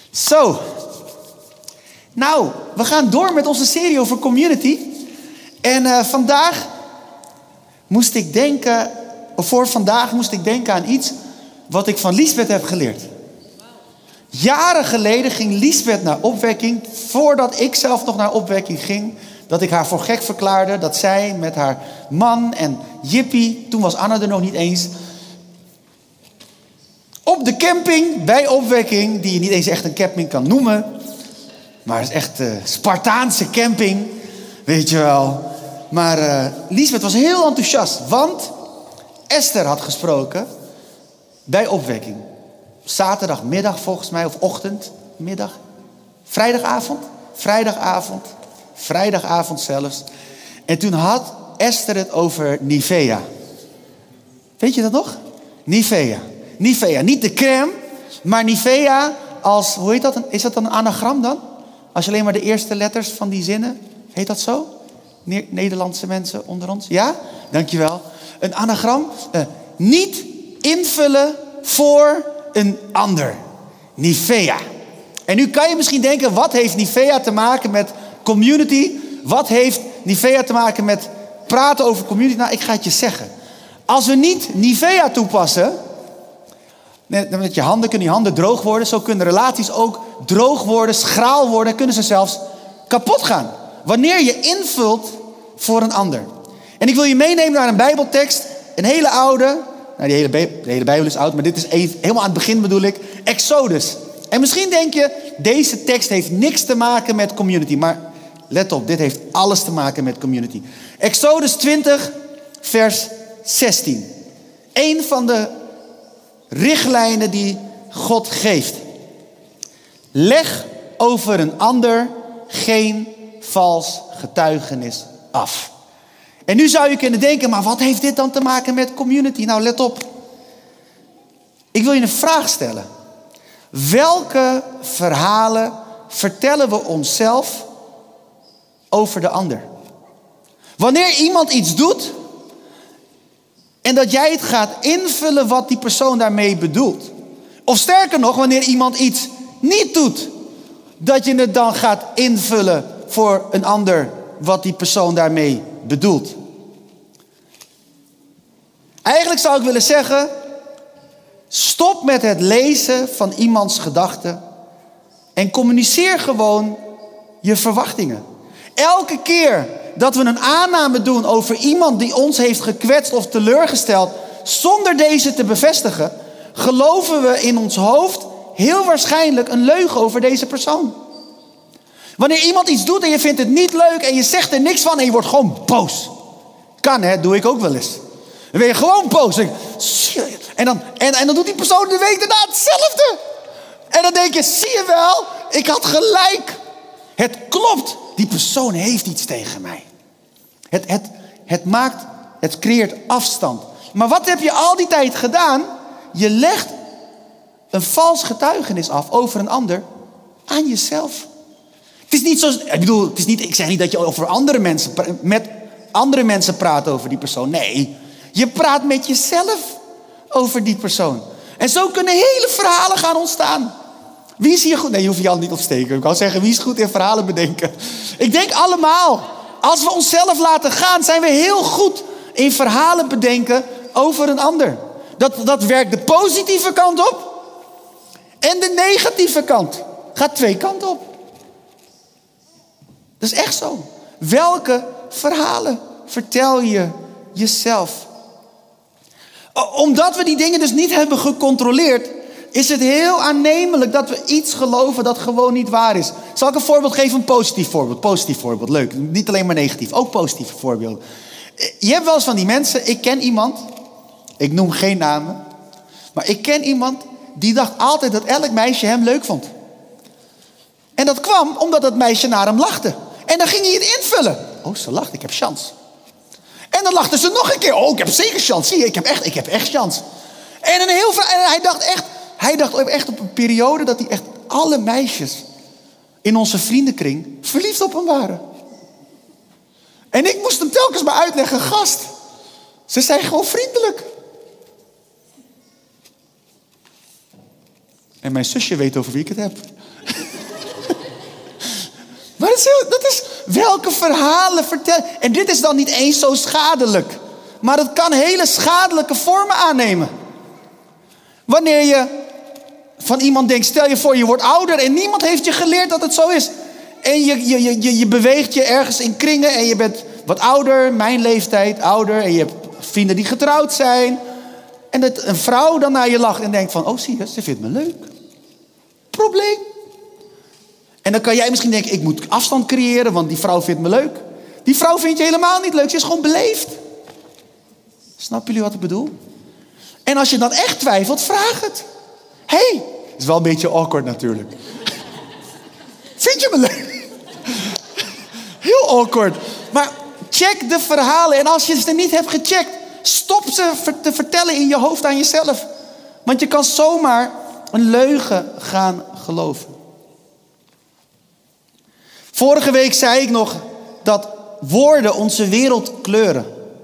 Zo. Nou, we gaan door met onze serie over community. En vandaag moest ik denken aan iets wat ik van Liesbeth heb geleerd. Jaren geleden ging Liesbeth naar opwekking. Voordat ik zelf nog naar opwekking ging. Dat ik haar voor gek verklaarde. Dat zij met haar man en Jippie, toen was Anna er nog niet eens, op de camping bij opwekking, die je niet eens echt een camping kan noemen. Maar het is echt Spartaanse camping. Weet je wel. Maar Liesbeth was heel enthousiast. Want Esther had gesproken bij opwekking. Zaterdagmiddag volgens mij, of ochtend, middag. Vrijdagavond zelfs. En toen had Esther het over Nivea. Weet je dat nog? Nivea, niet de crème, maar Nivea als, hoe heet dat? Is dat dan een anagram dan? Als je alleen maar de eerste letters van die zinnen, heet dat zo? Nederlandse mensen onder ons? Ja? Dankjewel. Een anagram, niet invullen voor een ander. Nivea. En nu kan je misschien denken, wat heeft Nivea te maken met community? Wat heeft Nivea te maken met praten over community? Nou, ik ga het je zeggen. Als we niet Nivea toepassen, met je handen kunnen je handen droog worden. Zo kunnen relaties ook droog worden, schraal worden. Kunnen ze zelfs kapot gaan. Wanneer je invult voor een ander. En ik wil je meenemen naar een Bijbeltekst. Een hele oude. Nou, de hele Bijbel is oud, maar dit is helemaal aan het begin bedoel ik. Exodus. En misschien denk je, deze tekst heeft niks te maken met community. Maar let op, dit heeft alles te maken met community. Exodus 20, vers 16. Eén van de richtlijnen die God geeft. Leg over een ander geen vals getuigenis af. En nu zou je kunnen denken, maar wat heeft dit dan te maken met community? Nou, let op. Ik wil je een vraag stellen. Welke verhalen vertellen we onszelf over de ander? Wanneer iemand iets doet en dat jij het gaat invullen wat die persoon daarmee bedoelt. Of sterker nog, wanneer iemand iets niet doet, dat je het dan gaat invullen voor een ander wat die persoon daarmee bedoelt. Eigenlijk zou ik willen zeggen, stop met het lezen van iemands gedachten en communiceer gewoon je verwachtingen. Elke keer dat we een aanname doen over iemand die ons heeft gekwetst of teleurgesteld, zonder deze te bevestigen, geloven we in ons hoofd heel waarschijnlijk een leugen over deze persoon. Wanneer iemand iets doet en je vindt het niet leuk en je zegt er niks van en je wordt gewoon boos. Kan hè, doe ik ook wel eens. Dan ben je gewoon boos. En dan doet die persoon de week daarna hetzelfde. En dan denk je, zie je wel, ik had gelijk. Het klopt, die persoon heeft iets tegen mij. Het creëert afstand. Maar wat heb je al die tijd gedaan? Je legt een vals getuigenis af over een ander aan jezelf. Het is niet zo, ik zeg niet dat je over met andere mensen praat over die persoon. Nee, je praat met jezelf over die persoon. En zo kunnen hele verhalen gaan ontstaan. Wie is hier goed? Nee, je hoeft je hand niet op te steken. Ik wou zeggen, wie is goed in verhalen bedenken? Ik denk allemaal. Als we onszelf laten gaan, zijn we heel goed in verhalen bedenken over een ander. Dat werkt de positieve kant op. En de negatieve kant. Gaat twee kanten op. Dat is echt zo. Welke verhalen vertel je jezelf? Omdat we die dingen dus niet hebben gecontroleerd, is het heel aannemelijk dat we iets geloven dat gewoon niet waar is. Zal ik een voorbeeld geven? Een positief voorbeeld. Leuk. Niet alleen maar negatief. Ook positieve voorbeelden. Je hebt wel eens van die mensen. Ik ken iemand. Ik noem geen namen. Maar ik ken iemand die dacht altijd dat elk meisje hem leuk vond. En dat kwam omdat dat meisje naar hem lachte. En dan ging hij het invullen. Oh, ze lacht. Ik heb chance. En dan lachten ze nog een keer. Oh, ik heb zeker chance. Zie je, ik heb echt chance. En hij dacht echt op een periode dat hij echt alle meisjes in onze vriendenkring verliefd op hem waren. En ik moest hem telkens maar uitleggen, gast. Ze zijn gewoon vriendelijk. En mijn zusje weet over wie ik het heb. Maar dat is welke verhalen vertellen. En dit is dan niet eens zo schadelijk. Maar het kan hele schadelijke vormen aannemen. Wanneer je van iemand denkt, stel je voor je wordt ouder en niemand heeft je geleerd dat het zo is. En je beweegt je ergens in kringen en je bent wat ouder, mijn leeftijd, ouder. En je hebt vrienden die getrouwd zijn. En dat een vrouw dan naar je lacht en denkt van, oh zie je, ze vindt me leuk. Probleem. En dan kan jij misschien denken, ik moet afstand creëren, want die vrouw vindt me leuk. Die vrouw vindt je helemaal niet leuk, ze is gewoon beleefd. Snappen jullie wat ik bedoel? En als je dan echt twijfelt, vraag het. Hey, is wel een beetje awkward natuurlijk. Vind je me leuk? Heel awkward. Maar check de verhalen. En als je ze niet hebt gecheckt, stop ze te vertellen in je hoofd aan jezelf. Want je kan zomaar een leugen gaan geloven. Vorige week zei ik nog dat woorden onze wereld kleuren.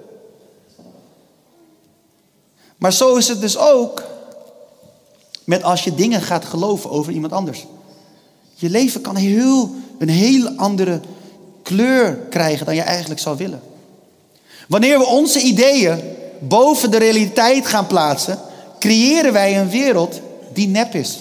Maar zo is het dus ook met als je dingen gaat geloven over iemand anders. Je leven kan een heel andere kleur krijgen dan je eigenlijk zou willen. Wanneer we onze ideeën boven de realiteit gaan plaatsen, creëren wij een wereld die nep is.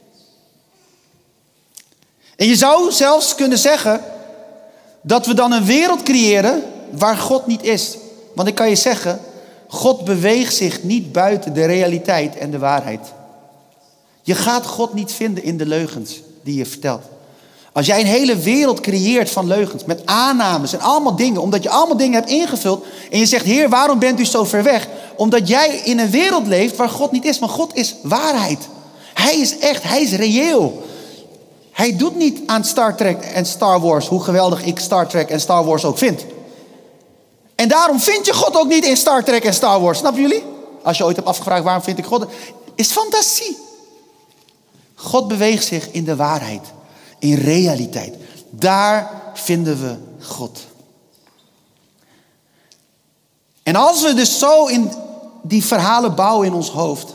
En je zou zelfs kunnen zeggen dat we dan een wereld creëren waar God niet is. Want ik kan je zeggen, God beweegt zich niet buiten de realiteit en de waarheid. Je gaat God niet vinden in de leugens die je vertelt. Als jij een hele wereld creëert van leugens, met aannames en allemaal dingen, omdat je allemaal dingen hebt ingevuld en je zegt, Heer, waarom bent u zo ver weg? Omdat jij in een wereld leeft waar God niet is, maar God is waarheid. Hij is echt, hij is reëel. Hij doet niet aan Star Trek en Star Wars, hoe geweldig ik Star Trek en Star Wars ook vind. En daarom vind je God ook niet in Star Trek en Star Wars. Snappen jullie? Als je ooit hebt afgevraagd waarom vind ik God, is fantasie. God beweegt zich in de waarheid, in realiteit. Daar vinden we God. En als we dus zo in die verhalen bouwen in ons hoofd,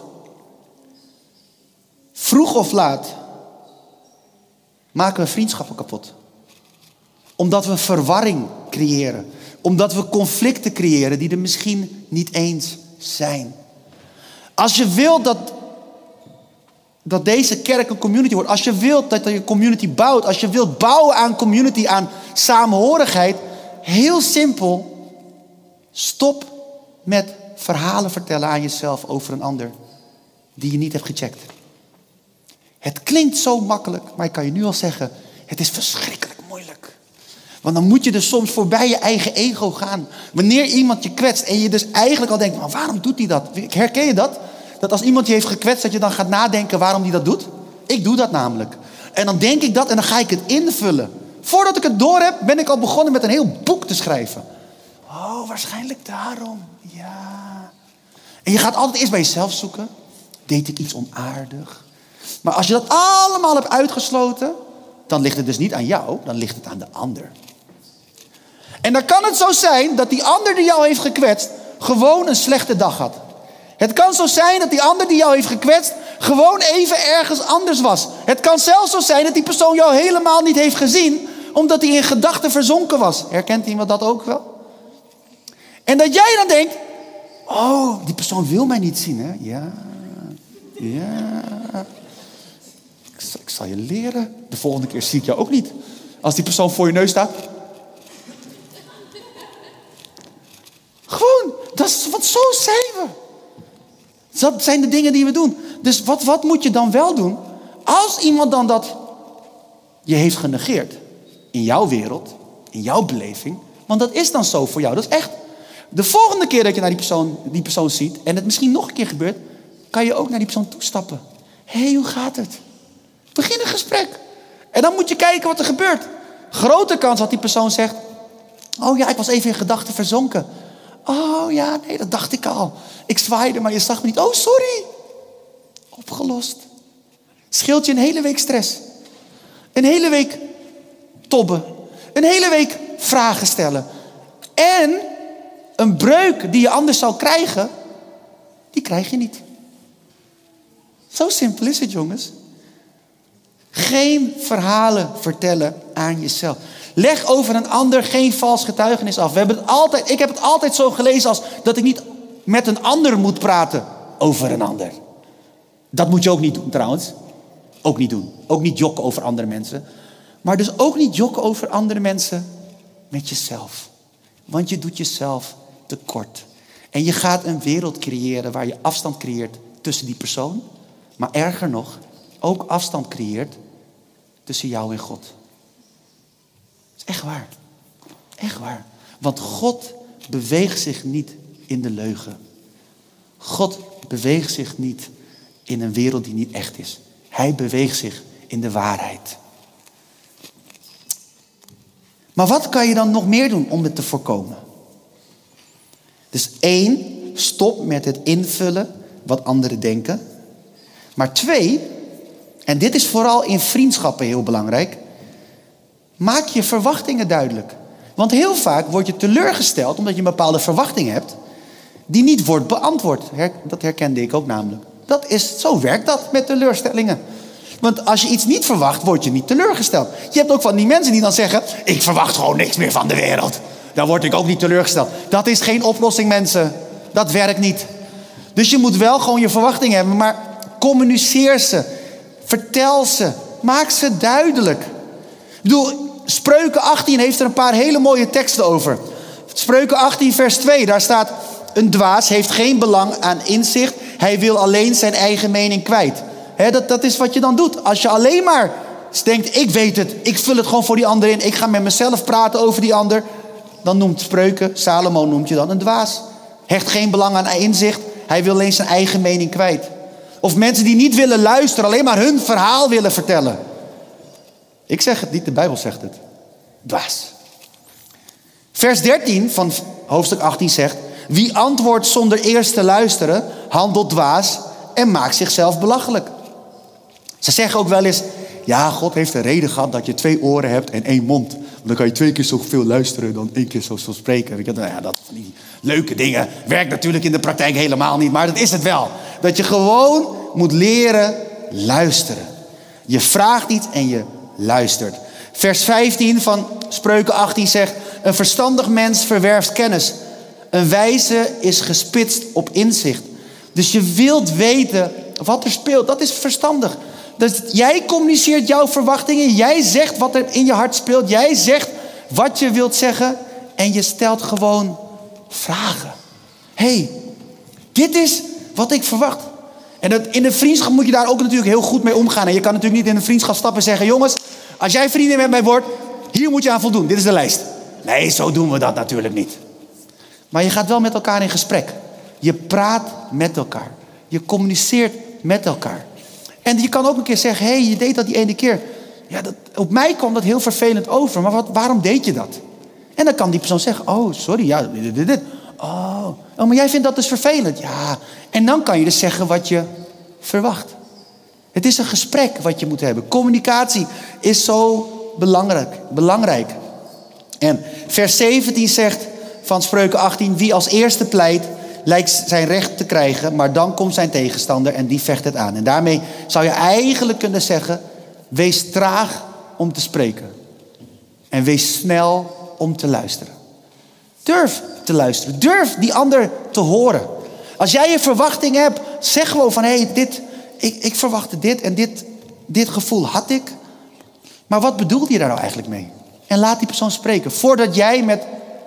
vroeg of laat maken we vriendschappen kapot. Omdat we verwarring creëren. Omdat we conflicten creëren die er misschien niet eens zijn. Als je wilt dat deze kerk een community wordt. Als je wilt dat je community bouwt. Als je wilt bouwen aan community, aan samenhorigheid. Heel simpel. Stop met verhalen vertellen aan jezelf over een ander die je niet hebt gecheckt. Het klinkt zo makkelijk, maar ik kan je nu al zeggen, het is verschrikkelijk moeilijk. Want dan moet je dus soms voorbij je eigen ego gaan. Wanneer iemand je kwetst en je dus eigenlijk al denkt, maar waarom doet hij dat? Herken je dat? Dat als iemand je heeft gekwetst, dat je dan gaat nadenken waarom hij dat doet? Ik doe dat namelijk. En dan denk ik dat en dan ga ik het invullen. Voordat ik het door heb, ben ik al begonnen met een heel boek te schrijven. Oh, waarschijnlijk daarom. Ja. En je gaat altijd eerst bij jezelf zoeken. Deed ik iets onaardig? Maar als je dat allemaal hebt uitgesloten, dan ligt het dus niet aan jou, dan ligt het aan de ander. En dan kan het zo zijn dat die ander die jou heeft gekwetst, gewoon een slechte dag had. Het kan zo zijn dat die ander die jou heeft gekwetst, gewoon even ergens anders was. Het kan zelfs zo zijn dat die persoon jou helemaal niet heeft gezien, omdat hij in gedachten verzonken was. Herkent iemand dat ook wel? En dat jij dan denkt, oh, die persoon wil mij niet zien, hè? Ja. Ik zal je leren. De volgende keer zie ik jou ook niet. Als die persoon voor je neus staat. Gewoon, want zo zijn we. Dat zijn de dingen die we doen. Dus wat moet je dan wel doen? Als iemand dan dat je heeft genegeerd. In jouw wereld. In jouw beleving. Want dat is dan zo voor jou. Dat is echt. De volgende keer dat je naar die persoon ziet. En het misschien nog een keer gebeurt. Kan je ook naar die persoon toestappen. Hé, hoe gaat het? Begin een gesprek. En dan moet je kijken wat er gebeurt. Grote kans dat die persoon zegt. Oh ja, ik was even in gedachten verzonken. Oh ja, nee, dat dacht ik al. Ik zwaaide, maar je zag me niet. Oh, sorry. Opgelost. Scheelt je een hele week stress. Een hele week tobben. Een hele week vragen stellen. En een breuk die je anders zou krijgen, die krijg je niet. Zo simpel is het, jongens. Geen verhalen vertellen aan jezelf. Leg over een ander geen vals getuigenis af. Ik heb het altijd zo gelezen als dat ik niet met een ander moet praten over een ander. Dat moet je ook niet doen trouwens. Ook niet doen. Ook niet jokken over andere mensen. Maar dus ook niet jokken over andere mensen met jezelf. Want je doet jezelf tekort. En je gaat een wereld creëren waar je afstand creëert tussen die persoon. Maar erger nog, ook afstand creëert tussen jou en God. Dat is echt waar. Echt waar. Want God beweegt zich niet in de leugen. God beweegt zich niet in een wereld die niet echt is. Hij beweegt zich in de waarheid. Maar wat kan je dan nog meer doen om het te voorkomen? Dus 1, stop met het invullen wat anderen denken. Maar 2, en dit is vooral in vriendschappen heel belangrijk, maak je verwachtingen duidelijk. Want heel vaak word je teleurgesteld omdat je een bepaalde verwachting hebt die niet wordt beantwoord. Dat herkende ik ook namelijk. Zo werkt dat met teleurstellingen. Want als je iets niet verwacht, word je niet teleurgesteld. Je hebt ook van die mensen die dan zeggen, ik verwacht gewoon niks meer van de wereld. Dan word ik ook niet teleurgesteld. Dat is geen oplossing, mensen. Dat werkt niet. Dus je moet wel gewoon je verwachting hebben, maar communiceer ze. Vertel ze. Maak ze duidelijk. Ik bedoel, Spreuken 18 heeft er een paar hele mooie teksten over. Spreuken 18 vers 2, daar staat, een dwaas heeft geen belang aan inzicht. Hij wil alleen zijn eigen mening kwijt. Dat is wat je dan doet. Als je alleen maar denkt, ik weet het. Ik vul het gewoon voor die ander in. Ik ga met mezelf praten over die ander. Dan noemt Spreuken, Salomo noemt je dan een dwaas. Hecht geen belang aan inzicht. Hij wil alleen zijn eigen mening kwijt. Of mensen die niet willen luisteren. Alleen maar hun verhaal willen vertellen. Ik zeg het niet, de Bijbel zegt het. Dwaas. Vers 13 van hoofdstuk 18 zegt, wie antwoordt zonder eerst te luisteren, handelt dwaas en maakt zichzelf belachelijk. Ze zeggen ook wel eens, ja, God heeft een reden gehad dat je 2 oren hebt en 1 mond. Want dan kan je 2 keer zoveel luisteren dan 1 keer zoveel spreken. Ja, dat van die leuke dingen werkt natuurlijk in de praktijk helemaal niet, maar dat is het wel. Dat je gewoon moet leren luisteren. Je vraagt iets en je luistert. Vers 15 van Spreuken 18 zegt, een verstandig mens verwerft kennis. Een wijze is gespitst op inzicht. Dus je wilt weten wat er speelt. Dat is verstandig. Dus jij communiceert jouw verwachtingen. Jij zegt wat er in je hart speelt. Jij zegt wat je wilt zeggen. En je stelt gewoon vragen. Hé, dit is wat ik verwacht. En in een vriendschap moet je daar ook natuurlijk heel goed mee omgaan. En je kan natuurlijk niet in een vriendschap stappen en zeggen, jongens, als jij vrienden met mij wordt, hier moet je aan voldoen. Dit is de lijst. Nee, zo doen we dat natuurlijk niet. Maar je gaat wel met elkaar in gesprek. Je praat met elkaar. Je communiceert met elkaar. En je kan ook een keer zeggen, hé, je deed dat die ene keer. Ja, op mij kwam dat heel vervelend over. Maar waarom deed je dat? En dan kan die persoon zeggen, oh, sorry, ja, dit. Oh, maar jij vindt dat dus vervelend. Ja, en dan kan je dus zeggen wat je verwacht. Het is een gesprek wat je moet hebben. Communicatie is zo belangrijk. En vers 17 zegt van Spreuken 18, wie als eerste pleit, lijkt zijn recht te krijgen, maar dan komt zijn tegenstander en die vecht het aan. En daarmee zou je eigenlijk kunnen zeggen, wees traag om te spreken. En wees snel om te luisteren. Durf te luisteren. Durf die ander te horen. Als jij een verwachting hebt, zeg gewoon van, ik verwachtte dit en dit gevoel had ik. Maar wat bedoelde je daar nou eigenlijk mee? En laat die persoon spreken. Voordat jij met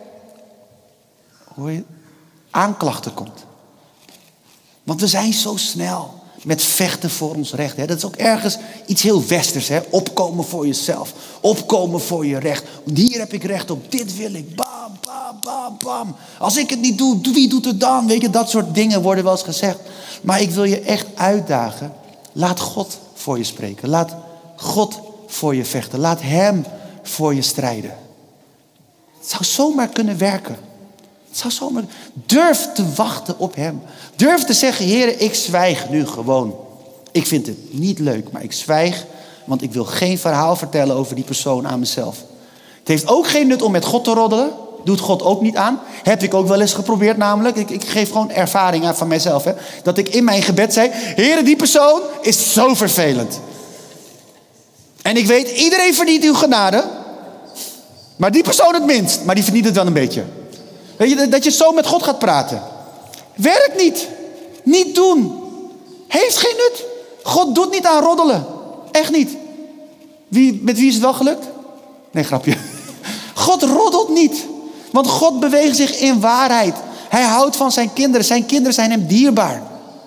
aanklachten komt. Want we zijn zo snel met vechten voor ons recht. Hè? Dat is ook ergens iets heel westers. Hè? Opkomen voor jezelf. Opkomen voor je recht. Hier heb ik recht op. Dit wil ik. Bam, bam, bam, bam. Als ik het niet doe, wie doet het dan? Weet je, dat soort dingen worden wel eens gezegd. Maar ik wil je echt uitdagen. Laat God voor je spreken. Laat God voor je vechten. Laat hem voor je strijden. Het zou zomaar kunnen werken. Durf te wachten op hem. Durf te zeggen, Heer, ik zwijg nu gewoon. Ik vind het niet leuk, maar ik zwijg. Want ik wil geen verhaal vertellen over die persoon aan mezelf. Het heeft ook geen nut om met God te roddelen. Doet God ook niet aan. Heb ik ook wel eens geprobeerd namelijk. Ik geef gewoon ervaring aan van mijzelf. Hè. Dat ik in mijn gebed zei, Heer, die persoon is zo vervelend. En ik weet, iedereen verdient uw genade. Maar die persoon het minst. Maar die verdient het wel een beetje. Weet je, dat je zo met God gaat praten. Werkt niet. Niet doen. Heeft geen nut. God doet niet aan roddelen. Echt niet. Met wie is het wel gelukt? Nee, grapje. God roddelt niet. Want God beweegt zich in waarheid. Hij houdt van zijn kinderen. Zijn kinderen zijn hem dierbaar.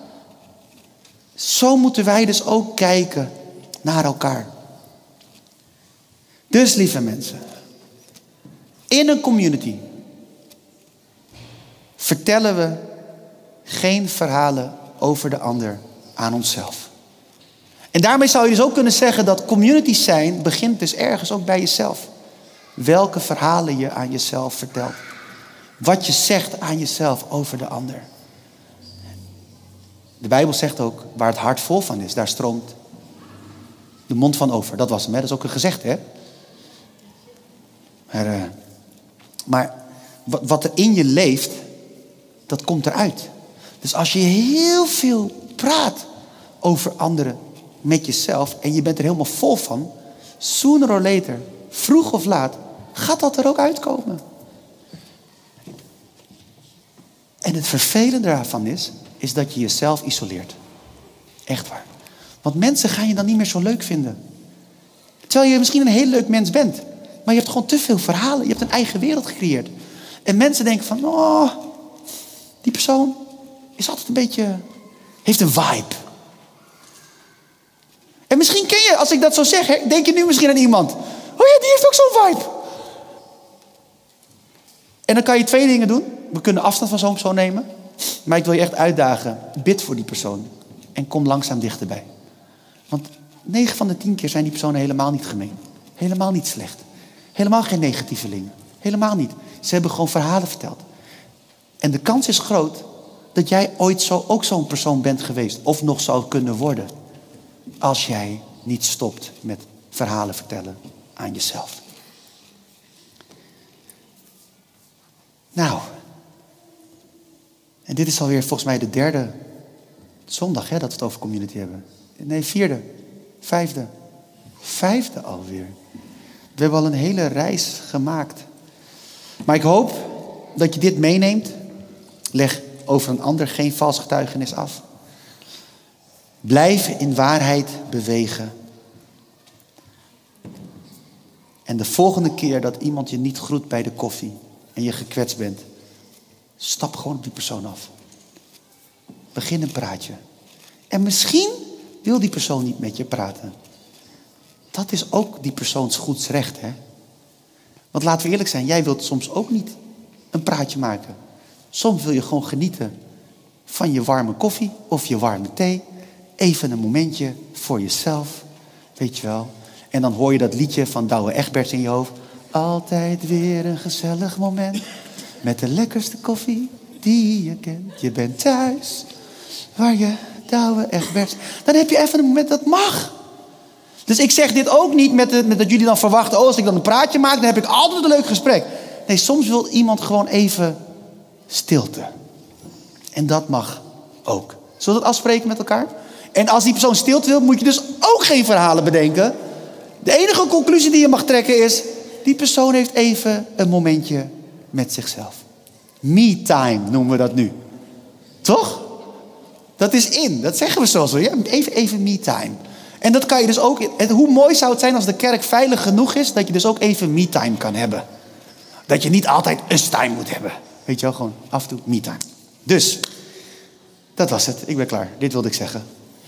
Zo moeten wij dus ook kijken naar elkaar. Dus lieve mensen. In een community vertellen we geen verhalen over de ander aan onszelf. En daarmee zou je dus ook kunnen zeggen dat community zijn begint dus ergens ook bij jezelf. Welke verhalen je aan jezelf vertelt. Wat je zegt aan jezelf over de ander. De Bijbel zegt ook, waar het hart vol van is, daar stroomt de mond van over. Dat was hem, hè? Dat is ook een gezegde, hè? Maar wat er in je leeft, dat komt eruit. Dus als je heel veel praat over anderen met jezelf en je bent er helemaal vol van, sooner or later, vroeg of laat, gaat dat er ook uitkomen. En het vervelende daarvan is dat je jezelf isoleert. Echt waar. Want mensen gaan je dan niet meer zo leuk vinden. Terwijl je misschien een heel leuk mens bent. Maar je hebt gewoon te veel verhalen. Je hebt een eigen wereld gecreëerd. En mensen denken van, oh, die persoon is altijd een beetje, heeft een vibe. En misschien ken je, als ik dat zo zeg, denk je nu misschien aan iemand. Oh ja, die heeft ook zo'n vibe. En dan kan je 2 dingen doen. We kunnen afstand van zo'n persoon nemen. Maar ik wil je echt uitdagen. Bid voor die persoon. En kom langzaam dichterbij. Want 9 van de 10 keer zijn die personen helemaal niet gemeen. Helemaal niet slecht. Helemaal geen negatievelingen. Helemaal niet. Ze hebben gewoon verhalen verteld. En de kans is groot dat jij ooit ook zo'n persoon bent geweest. Of nog zou kunnen worden. Als jij niet stopt met verhalen vertellen aan jezelf. Nou. En dit is alweer volgens mij de 3e zondag dat we het over community hebben. Nee, 4e. 5e. 5e alweer. We hebben al een hele reis gemaakt. Maar ik hoop dat je dit meeneemt. Leg over een ander geen vals getuigenis af. Blijf in waarheid bewegen. En de volgende keer dat iemand je niet groet bij de koffie en je gekwetst bent, stap gewoon op die persoon af. Begin een praatje. En misschien wil die persoon niet met je praten. Dat is ook die persoons goeds recht, hè? Want laten we eerlijk zijn, jij wilt soms ook niet een praatje maken. Soms wil je gewoon genieten van je warme koffie of je warme thee. Even een momentje voor jezelf, weet je wel. En dan hoor je dat liedje van Douwe Egberts in je hoofd. Altijd weer een gezellig moment. Met de lekkerste koffie die je kent. Je bent thuis, waar je Douwe Egberts. Dan heb je even een moment dat mag. Dus ik zeg dit ook niet met dat jullie dan verwachten, als ik dan een praatje maak, dan heb ik altijd een leuk gesprek. Nee, soms wil iemand gewoon even stilte. En dat mag ook. Zullen we dat afspreken met elkaar? En als die persoon stilte wil, moet je dus ook geen verhalen bedenken. De enige conclusie die je mag trekken is, die persoon heeft even een momentje met zichzelf. Me time noemen we dat nu. Toch? Dat is in. Dat zeggen we zo. Ja? Even me time. En dat kan je dus ook. Hoe mooi zou het zijn als de kerk veilig genoeg is, dat je dus ook even me time kan hebben. Dat je niet altijd us time moet hebben. Weet je wel, gewoon af en toe me time. Dus, dat was het. Ik ben klaar. Dit wilde ik zeggen.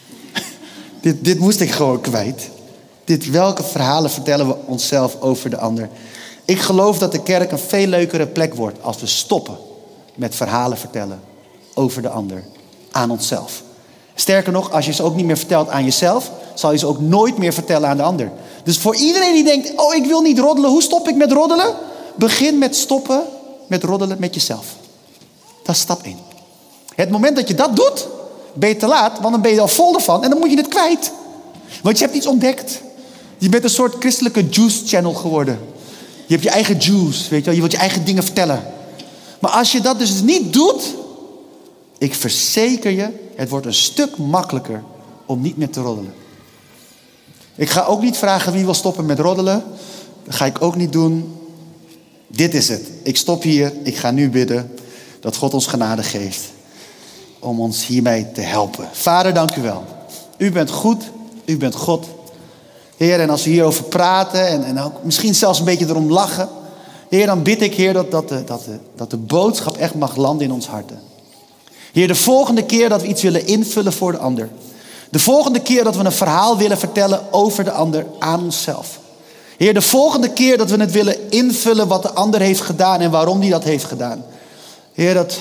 dit moest ik gewoon kwijt. Welke verhalen vertellen we onszelf over de ander? Ik geloof dat de kerk een veel leukere plek wordt als we stoppen met verhalen vertellen over de ander aan onszelf. Sterker nog, als je ze ook niet meer vertelt aan jezelf, zal je ze ook nooit meer vertellen aan de ander. Dus voor iedereen die denkt, oh, ik wil niet roddelen. Hoe stop ik met roddelen? Begin met stoppen met roddelen met jezelf. Dat is stap 1. Het moment dat je dat doet, ben je te laat, want dan ben je al vol ervan en dan moet je het kwijt. Want je hebt iets ontdekt. Je bent een soort christelijke juice channel geworden. Je hebt je eigen juice, weet je wel. Je wilt je eigen dingen vertellen. Maar als je dat dus niet doet, ik verzeker je, het wordt een stuk makkelijker om niet meer te roddelen. Ik ga ook niet vragen wie wil stoppen met roddelen. Dat ga ik ook niet doen. Dit is het. Ik stop hier. Ik ga nu bidden dat God ons genade geeft om ons hiermee te helpen. Vader, dank u wel. U bent goed. U bent God. Heer, en als we hierover praten en ook misschien zelfs een beetje erom lachen. Heer, dan bid ik, Heer, dat de boodschap echt mag landen in ons harten. Heer, de volgende keer dat we iets willen invullen voor de ander. De volgende keer dat we een verhaal willen vertellen over de ander aan onszelf. Heer, de volgende keer dat we het willen invullen wat de ander heeft gedaan en waarom die dat heeft gedaan. Heer, dat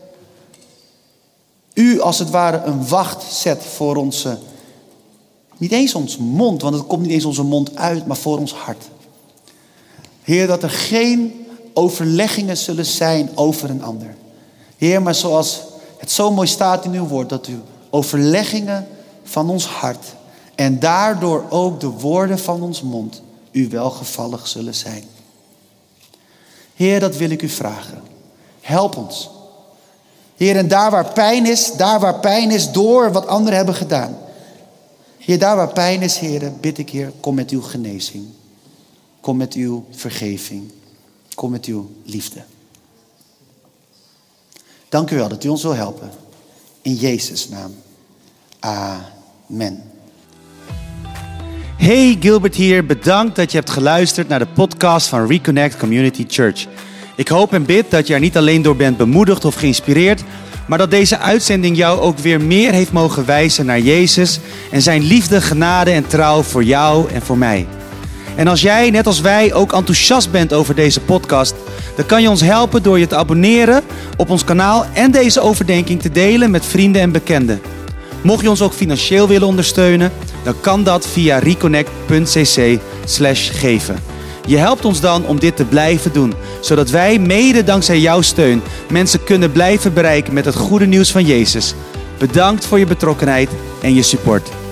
u als het ware een wacht zet voor onze, niet eens ons mond, want het komt niet eens onze mond uit, maar voor ons hart. Heer, dat er geen overleggingen zullen zijn over een ander. Heer, maar zoals het zo mooi staat in uw woord, dat u overleggingen van ons hart en daardoor ook de woorden van ons mond u welgevallig zullen zijn. Heer, dat wil ik u vragen. Help ons. Heer, en daar waar pijn is door wat anderen hebben gedaan. Heer, daar waar pijn is, Heer, bid ik, Heer, kom met uw genezing. Kom met uw vergeving. Kom met uw liefde. Dank u wel dat u ons wil helpen. In Jezus' naam. Amen. Hey, Gilbert hier. Bedankt dat je hebt geluisterd naar de podcast van Reconnect Community Church. Ik hoop en bid dat je er niet alleen door bent bemoedigd of geïnspireerd, maar dat deze uitzending jou ook weer meer heeft mogen wijzen naar Jezus en zijn liefde, genade en trouw voor jou en voor mij. En als jij, net als wij, ook enthousiast bent over deze podcast, dan kan je ons helpen door je te abonneren op ons kanaal en deze overdenking te delen met vrienden en bekenden. Mocht je ons ook financieel willen ondersteunen, dan kan dat via reconnect.cc/geven. Je helpt ons dan om dit te blijven doen, zodat wij mede dankzij jouw steun mensen kunnen blijven bereiken met het goede nieuws van Jezus. Bedankt voor je betrokkenheid en je support.